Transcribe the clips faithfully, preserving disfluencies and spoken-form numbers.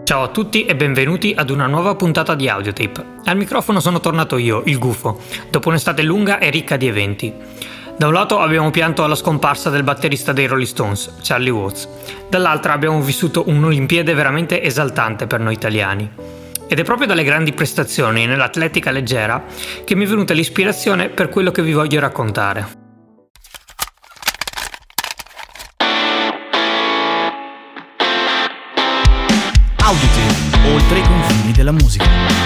Ciao a tutti e benvenuti ad una nuova puntata di Audiotape. Al microfono sono tornato io, il Gufo, dopo un'estate lunga e ricca di eventi. Da un lato abbiamo pianto alla scomparsa del batterista dei Rolling Stones, Charlie Watts. Dall'altra abbiamo vissuto un'Olimpiade veramente esaltante per noi italiani. Ed è proprio dalle grandi prestazioni nell'atletica leggera che mi è venuta l'ispirazione per quello che vi voglio raccontare. Audiotape, oltre i confini della musica.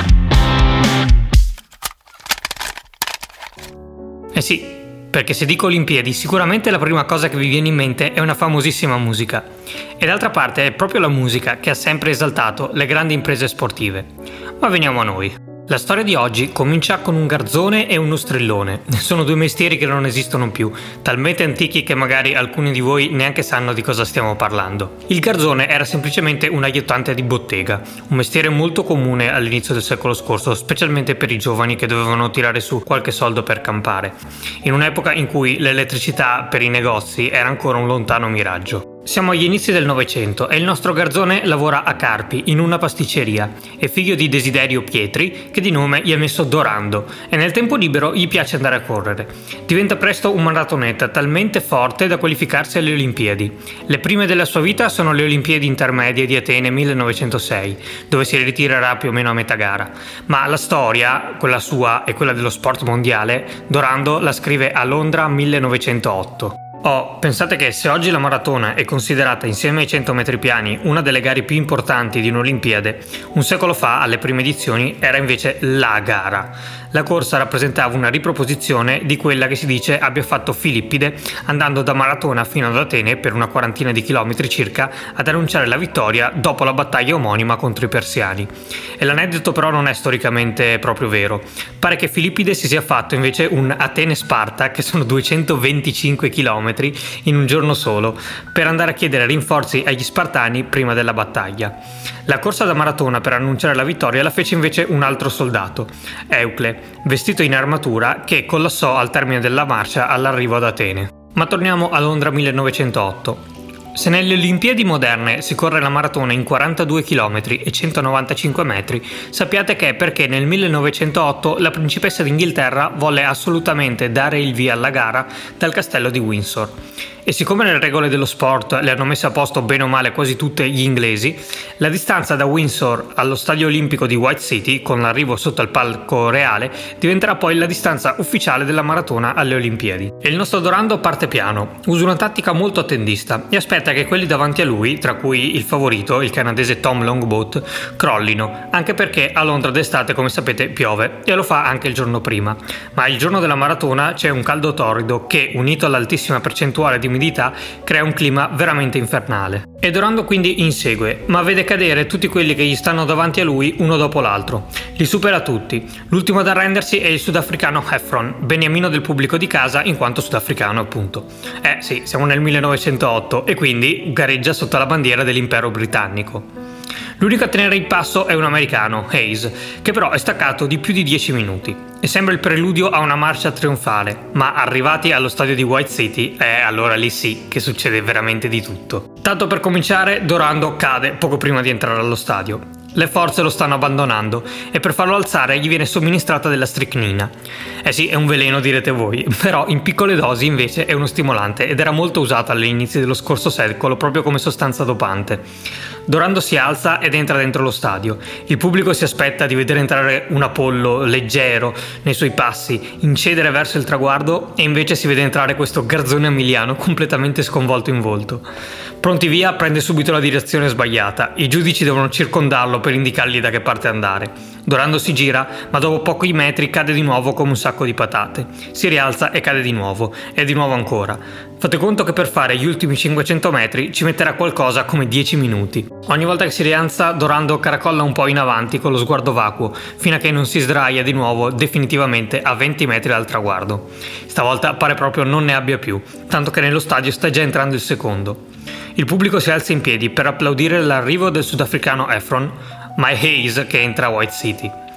Eh sì, perché se dico Olimpiadi sicuramente la prima cosa che vi viene in mente è una famosissima musica. E d'altra parte è proprio la musica che ha sempre esaltato le grandi imprese sportive. Ma veniamo a noi. La storia di oggi comincia con un garzone e uno strillone. Sono due mestieri che non esistono più, talmente antichi che magari alcuni di voi neanche sanno di cosa stiamo parlando. Il garzone era semplicemente un aiutante di bottega, un mestiere molto comune all'inizio del secolo scorso, specialmente per i giovani che dovevano tirare su qualche soldo per campare, in un'epoca in cui l'elettricità per i negozi era ancora un lontano miraggio. Siamo agli inizi del Novecento e il nostro garzone lavora a Carpi, in una pasticceria. È figlio di Desiderio Pietri, che di nome gli ha messo Dorando, e nel tempo libero gli piace andare a correre. Diventa presto un maratoneta talmente forte da qualificarsi alle Olimpiadi. Le prime della sua vita sono le Olimpiadi intermedie di Atene millenovecentosei, dove si ritirerà più o meno a metà gara. Ma la storia, quella sua e quella dello sport mondiale, Dorando la scrive a Londra millenovecentootto. Oh, pensate che se oggi la maratona è considerata insieme ai cento metri piani una delle gare più importanti di un'Olimpiade, un secolo fa, alle prime edizioni, era invece la gara. La corsa rappresentava una riproposizione di quella che si dice abbia fatto Filippide andando da Maratona fino ad Atene per una quarantina di chilometri circa ad annunciare la vittoria dopo la battaglia omonima contro i persiani. E l'aneddoto però non è storicamente proprio vero. Pare che Filippide si sia fatto invece un Atene-Sparta, che sono duecentoventicinque chilometri in un giorno solo, per andare a chiedere rinforzi agli spartani prima della battaglia. La corsa da maratona per annunciare la vittoria la fece invece un altro soldato, Eucle, vestito in armatura, che collassò al termine della marcia all'arrivo ad Atene. Ma torniamo a Londra millenovecentootto. Se nelle Olimpiadi moderne si corre la maratona in quarantadue chilometri e centonovantacinque metri, sappiate che è perché nel millenovecentootto la principessa d'Inghilterra volle assolutamente dare il via alla gara dal castello di Windsor. E siccome le regole dello sport le hanno messe a posto bene o male quasi tutte gli inglesi, la distanza da Windsor allo stadio olimpico di White City, con l'arrivo sotto il palco reale, diventerà poi la distanza ufficiale della maratona alle Olimpiadi. E il nostro Dorando parte piano, usa una tattica molto attendista e aspetta che quelli davanti a lui, tra cui il favorito, il canadese Tom Longboat, crollino, anche perché a Londra d'estate, come sapete, piove e lo fa anche il giorno prima. Ma il giorno della maratona c'è un caldo torrido che, unito all'altissima percentuale di umidità, crea un clima veramente infernale. E Dorando quindi insegue, ma vede cadere tutti quelli che gli stanno davanti a lui uno dopo l'altro. Li supera tutti. L'ultimo ad arrendersi è il sudafricano Heffron, beniamino del pubblico di casa in quanto sudafricano appunto. Eh sì, siamo nel millenovecentootto e quindi gareggia sotto la bandiera dell'impero britannico. L'unico a tenere il passo è un americano, Hayes, che però è staccato di più di dieci minuti e sembra il preludio a una marcia trionfale, ma arrivati allo stadio di White City, eh, allora lì sì che succede veramente di tutto. Tanto per cominciare, Dorando cade poco prima di entrare allo stadio. Le forze lo stanno abbandonando e per farlo alzare gli viene somministrata della stricnina. Eh sì, è un veleno direte voi, però in piccole dosi invece è uno stimolante ed era molto usato all'inizio dello scorso secolo proprio come sostanza dopante. Dorando si alza ed entra dentro lo stadio. Il pubblico si aspetta di vedere entrare un Apollo leggero nei suoi passi, incedere verso il traguardo, e invece si vede entrare questo garzone emiliano completamente sconvolto in volto. Pronti via, prende subito la direzione sbagliata. I giudici devono circondarlo per indicargli da che parte andare. Dorando si gira, ma dopo pochi metri cade di nuovo come un sacco di patate. Si rialza e cade di nuovo, e di nuovo ancora. Fate conto che per fare gli ultimi cinquecento metri ci metterà qualcosa come dieci minuti. Ogni volta che si rialza, Dorando caracolla un po' in avanti con lo sguardo vacuo, fino a che non si sdraia di nuovo definitivamente a venti metri dal traguardo. Stavolta pare proprio non ne abbia più, tanto che nello stadio sta già entrando il secondo. Il pubblico si alza in piedi per applaudire l'arrivo del sudafricano Heffron, ma è Hayes che entra a White City.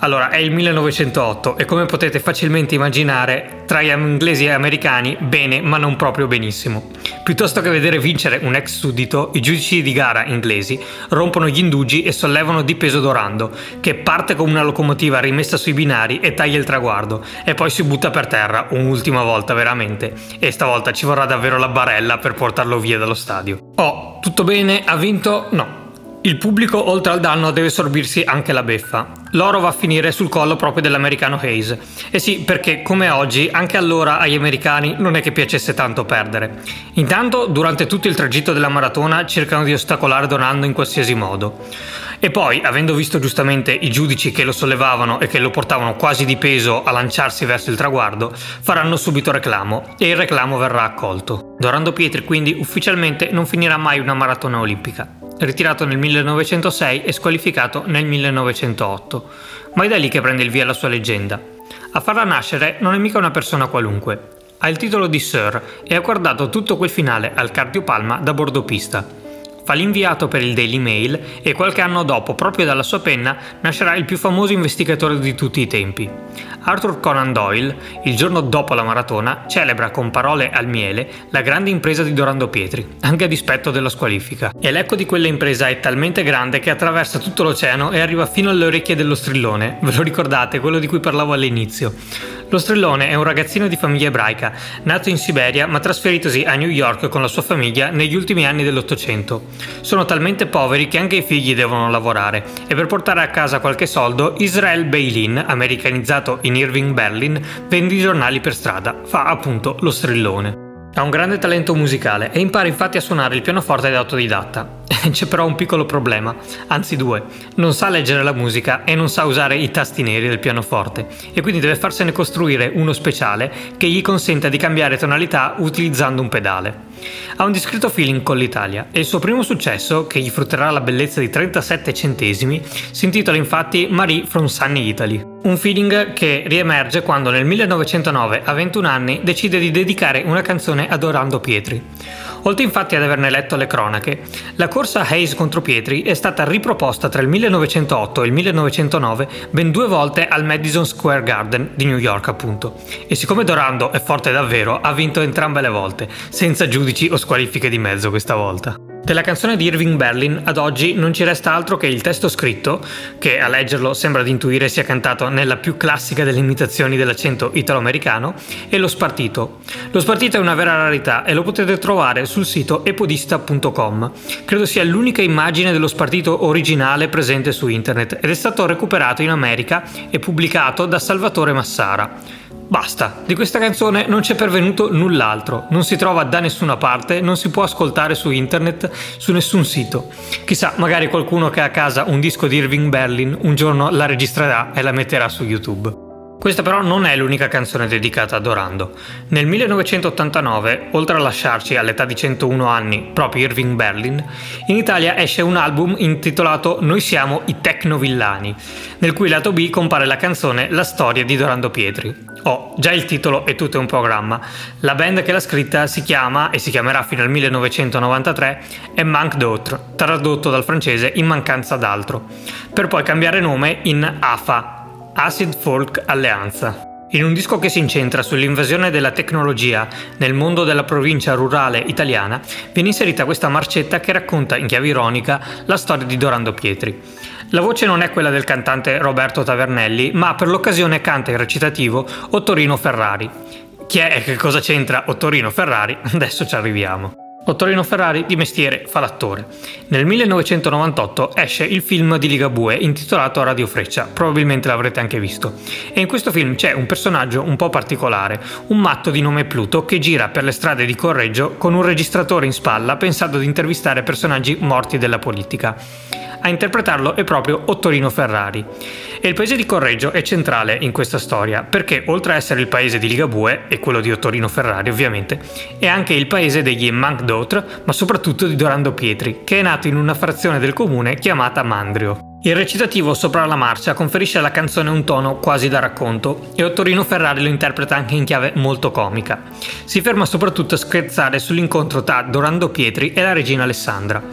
Allora, è il millenovecentootto e come potete facilmente immaginare, tra gli inglesi e americani, bene ma non proprio benissimo. Piuttosto che vedere vincere un ex suddito, i giudici di gara inglesi rompono gli indugi e sollevano Di Peso Dorando, che parte come una locomotiva rimessa sui binari e taglia il traguardo, e poi si butta per terra un'ultima volta veramente, e stavolta ci vorrà davvero la barella per portarlo via dallo stadio. Oh, tutto bene? Ha vinto? No. Il pubblico, oltre al danno, deve sorbirsi anche la beffa. L'oro va a finire sul collo proprio dell'americano Hayes. E sì, perché come oggi, anche allora agli americani non è che piacesse tanto perdere. Intanto, durante tutto il tragitto della maratona, cercano di ostacolare Dorando in qualsiasi modo. E poi, avendo visto giustamente i giudici che lo sollevavano e che lo portavano quasi di peso a lanciarsi verso il traguardo, faranno subito reclamo, e il reclamo verrà accolto. Dorando Pietri quindi ufficialmente non finirà mai una maratona olimpica. Ritirato nel millenovecentosei e squalificato nel millenovecentootto, ma è da lì che prende il via la sua leggenda. A farla nascere non è mica una persona qualunque. Ha il titolo di Sir e ha guardato tutto quel finale al cardiopalma da bordopista. Fa l'inviato per il Daily Mail e qualche anno dopo, proprio dalla sua penna, nascerà il più famoso investigatore di tutti i tempi. Arthur Conan Doyle, il giorno dopo la maratona, celebra con parole al miele la grande impresa di Dorando Pietri, anche a dispetto della squalifica. E l'eco di quella impresa è talmente grande che attraversa tutto l'oceano e arriva fino alle orecchie dello strillone. Ve lo ricordate? Quello di cui parlavo all'inizio. Lo strillone è un ragazzino di famiglia ebraica, nato in Siberia ma trasferitosi a New York con la sua famiglia negli ultimi anni dell'Ottocento. Sono talmente poveri che anche i figli devono lavorare e per portare a casa qualche soldo Israel Beilin, americanizzato in Irving Berlin, vende i giornali per strada, fa appunto lo strillone. Ha un grande talento musicale e impara infatti a suonare il pianoforte da autodidatta. C'è però un piccolo problema, anzi due. Non sa leggere la musica e non sa usare i tasti neri del pianoforte e quindi deve farsene costruire uno speciale che gli consenta di cambiare tonalità utilizzando un pedale. Ha un discreto feeling con l'Italia e il suo primo successo, che gli frutterà la bellezza di trentasette centesimi, si intitola infatti Marie from Sunny Italy. Un feeling che riemerge quando nel millenovecentonove, a ventuno anni, decide di dedicare una canzone a Dorando Pietri. Oltre infatti ad averne letto le cronache, la corsa Hayes contro Pietri è stata riproposta tra il millenovecentootto e il millenovecentonove ben due volte al Madison Square Garden di New York appunto. E siccome Dorando è forte davvero, ha vinto entrambe le volte, senza giudici o squalifiche di mezzo questa volta. Della canzone di Irving Berlin ad oggi non ci resta altro che il testo scritto, che a leggerlo sembra di intuire sia cantato nella più classica delle imitazioni dell'accento italo-americano, e lo spartito. Lo spartito è una vera rarità e lo potete trovare sul sito epodista punto com. Credo sia l'unica immagine dello spartito originale presente su internet ed è stato recuperato in America e pubblicato da Salvatore Massara. Basta, di questa canzone non c'è pervenuto null'altro, non si trova da nessuna parte, non si può ascoltare su internet, su nessun sito. Chissà, magari qualcuno che ha a casa un disco di Irving Berlin un giorno la registrerà e la metterà su YouTube. Questa però non è l'unica canzone dedicata a Dorando. Nel millenovecentottantanove, oltre a lasciarci all'età di centouno anni proprio Irving Berlin, in Italia esce un album intitolato Noi siamo i Tecnovillani, nel cui lato B compare la canzone La storia di Dorando Pietri. Oh, già il titolo è tutto un programma. La band che l'ha scritta si chiama, e si chiamerà fino al millenovecentonovantatré, En Manque d'Autre, tradotto dal francese in mancanza d'altro, per poi cambiare nome in A F A, Acid Folk Alleanza. In un disco che si incentra sull'invasione della tecnologia nel mondo della provincia rurale italiana, viene inserita questa marcetta che racconta in chiave ironica la storia di Dorando Pietri. La voce non è quella del cantante Roberto Tavernelli, ma per l'occasione canta in recitativo Ottorino Ferrari. Chi è e che cosa c'entra Ottorino Ferrari? Adesso ci arriviamo. Ottorino Ferrari di mestiere fa l'attore. Nel millenovecentonovantotto esce il film di Ligabue intitolato Radio Freccia, probabilmente l'avrete anche visto. E in questo film c'è un personaggio un po' particolare, un matto di nome Pluto che gira per le strade di Correggio con un registratore in spalla pensando di intervistare personaggi morti della politica. A interpretarlo è proprio Ottorino Ferrari. E il paese di Correggio è centrale in questa storia, perché oltre a essere il paese di Ligabue, e quello di Ottorino Ferrari ovviamente, è anche il paese degli En Manque d'Autre, ma soprattutto di Dorando Pietri, che è nato in una frazione del comune chiamata Mandrio. Il recitativo sopra la marcia conferisce alla canzone un tono quasi da racconto e Ottorino Ferrari lo interpreta anche in chiave molto comica. Si ferma soprattutto a scherzare sull'incontro tra Dorando Pietri e la regina Alessandra.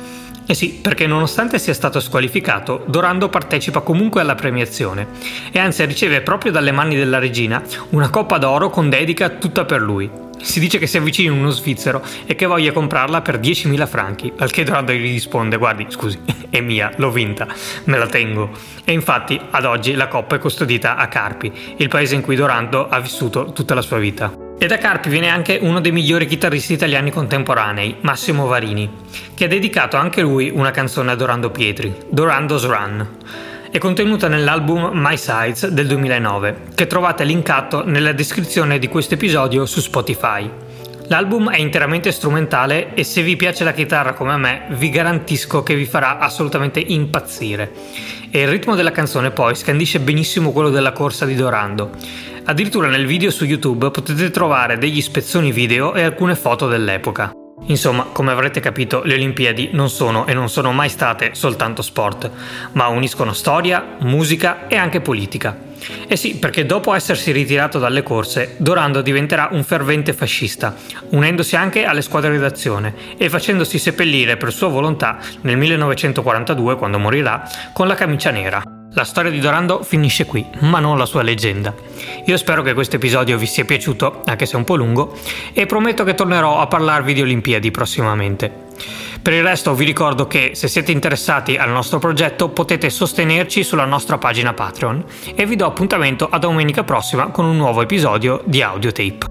Eh sì, perché nonostante sia stato squalificato, Dorando partecipa comunque alla premiazione e anzi riceve proprio dalle mani della regina una coppa d'oro con dedica tutta per lui. Si dice che si avvicini uno svizzero e che voglia comprarla per diecimila franchi, al che Dorando gli risponde: guardi, scusi, è mia, l'ho vinta, me la tengo. E infatti ad oggi la coppa è custodita a Carpi, il paese in cui Dorando ha vissuto tutta la sua vita. E da Carpi viene anche uno dei migliori chitarristi italiani contemporanei, Massimo Varini, che ha dedicato anche lui una canzone a Dorando Pietri, Dorando's Run. È contenuta nell'album My Sides del duemilanove, che trovate linkato nella descrizione di questo episodio su Spotify. L'album è interamente strumentale e se vi piace la chitarra come a me, vi garantisco che vi farà assolutamente impazzire. E il ritmo della canzone poi scandisce benissimo quello della corsa di Dorando. Addirittura nel video su YouTube potete trovare degli spezzoni video e alcune foto dell'epoca. Insomma, come avrete capito, le Olimpiadi non sono e non sono mai state soltanto sport, ma uniscono storia, musica e anche politica. E sì, perché dopo essersi ritirato dalle corse, Dorando diventerà un fervente fascista, unendosi anche alle squadre d'azione e facendosi seppellire per sua volontà nel millenovecentoquarantadue, quando morirà, con la camicia nera. La storia di Dorando finisce qui, ma non la sua leggenda. Io spero che questo episodio vi sia piaciuto, anche se un po' lungo, e prometto che tornerò a parlarvi di Olimpiadi prossimamente. Per il resto vi ricordo che se siete interessati al nostro progetto potete sostenerci sulla nostra pagina Patreon e vi do appuntamento a domenica prossima con un nuovo episodio di Audiotape.